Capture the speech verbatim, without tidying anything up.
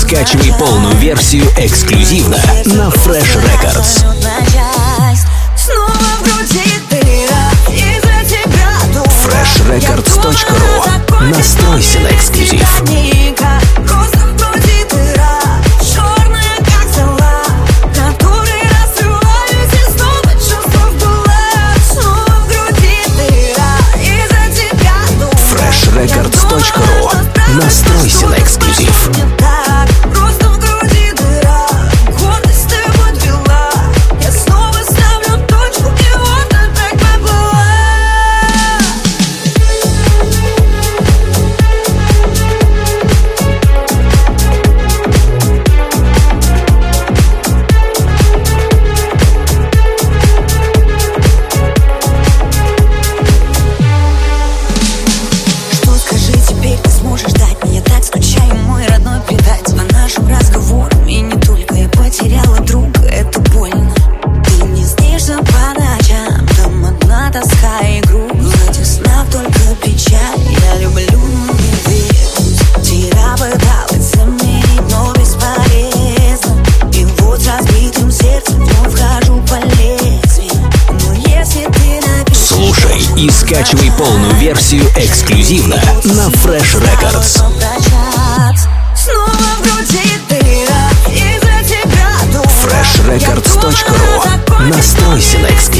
скачивай полную версию эксклюзивно на Fresh Records. фреш рекордс точка ру. Настройся на эксклюзив. фреш рекордс точка ру. Настройся на эксклюзив. И скачивай полную версию эксклюзивно на Fresh Records. фреш рекордс точка ру. Настройся на эксклюзив.